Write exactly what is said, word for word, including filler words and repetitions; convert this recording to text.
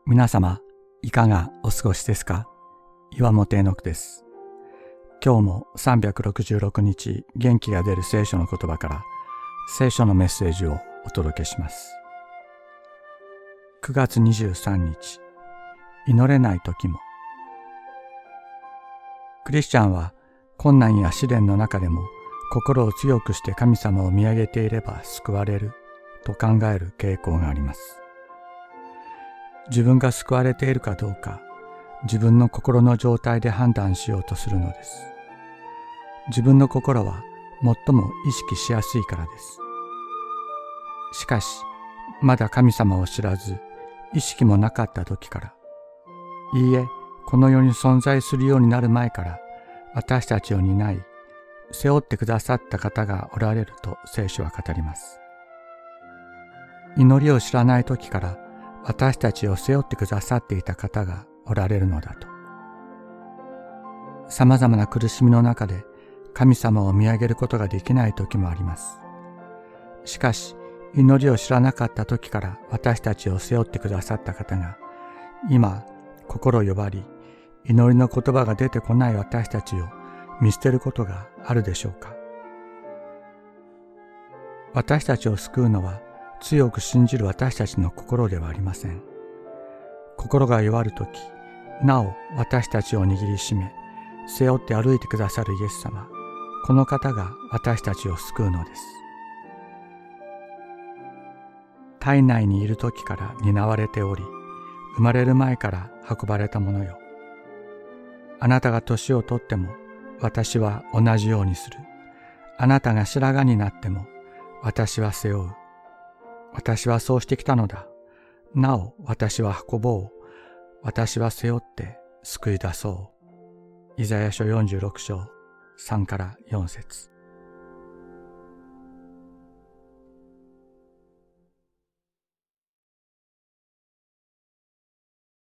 皆様、いかがお過ごしですか？岩本絵の句です。今日もさんびゃくろくじゅうろくにち元気が出る聖書の言葉から聖書のメッセージをお届けします。くがつにじゅうさんにち、祈れない時も。クリスチャンは困難や試練の中でも心を強くして神様を見上げていれば救われると考える傾向があります。自分が救われているかどうか、自分の心の状態で判断しようとするのです。自分の心は最も意識しやすいからです。しかし、まだ神様を知らず、意識もなかった時から、いいえ、この世に存在するようになる前から、私たちを担い、背負ってくださった方がおられると聖書は語ります。祈りを知らない時から、私たちを背負ってくださっていた方がおられるのだと。さまざまな苦しみの中で神様を見上げることができない時もあります。しかし、祈りを知らなかった時から私たちを背負ってくださった方が、今、心よばり、祈りの言葉が出てこない私たちを見捨てることがあるでしょうか。私たちを救うのは、強く信じる私たちの心ではありません。心が弱るとき、なお私たちを握りしめ、背負って歩いてくださるイエス様、この方が私たちを救うのです。体内にいるときから担われており、生まれる前から運ばれたものよ。あなたが年をとっても、私は同じようにする。あなたが白髪になっても、私は背負う。私はそうしてきたのだ。なお私は運ぼう。私は背負って救い出そう。イザヤ書よんじゅうろくしょうさんからよんせつ。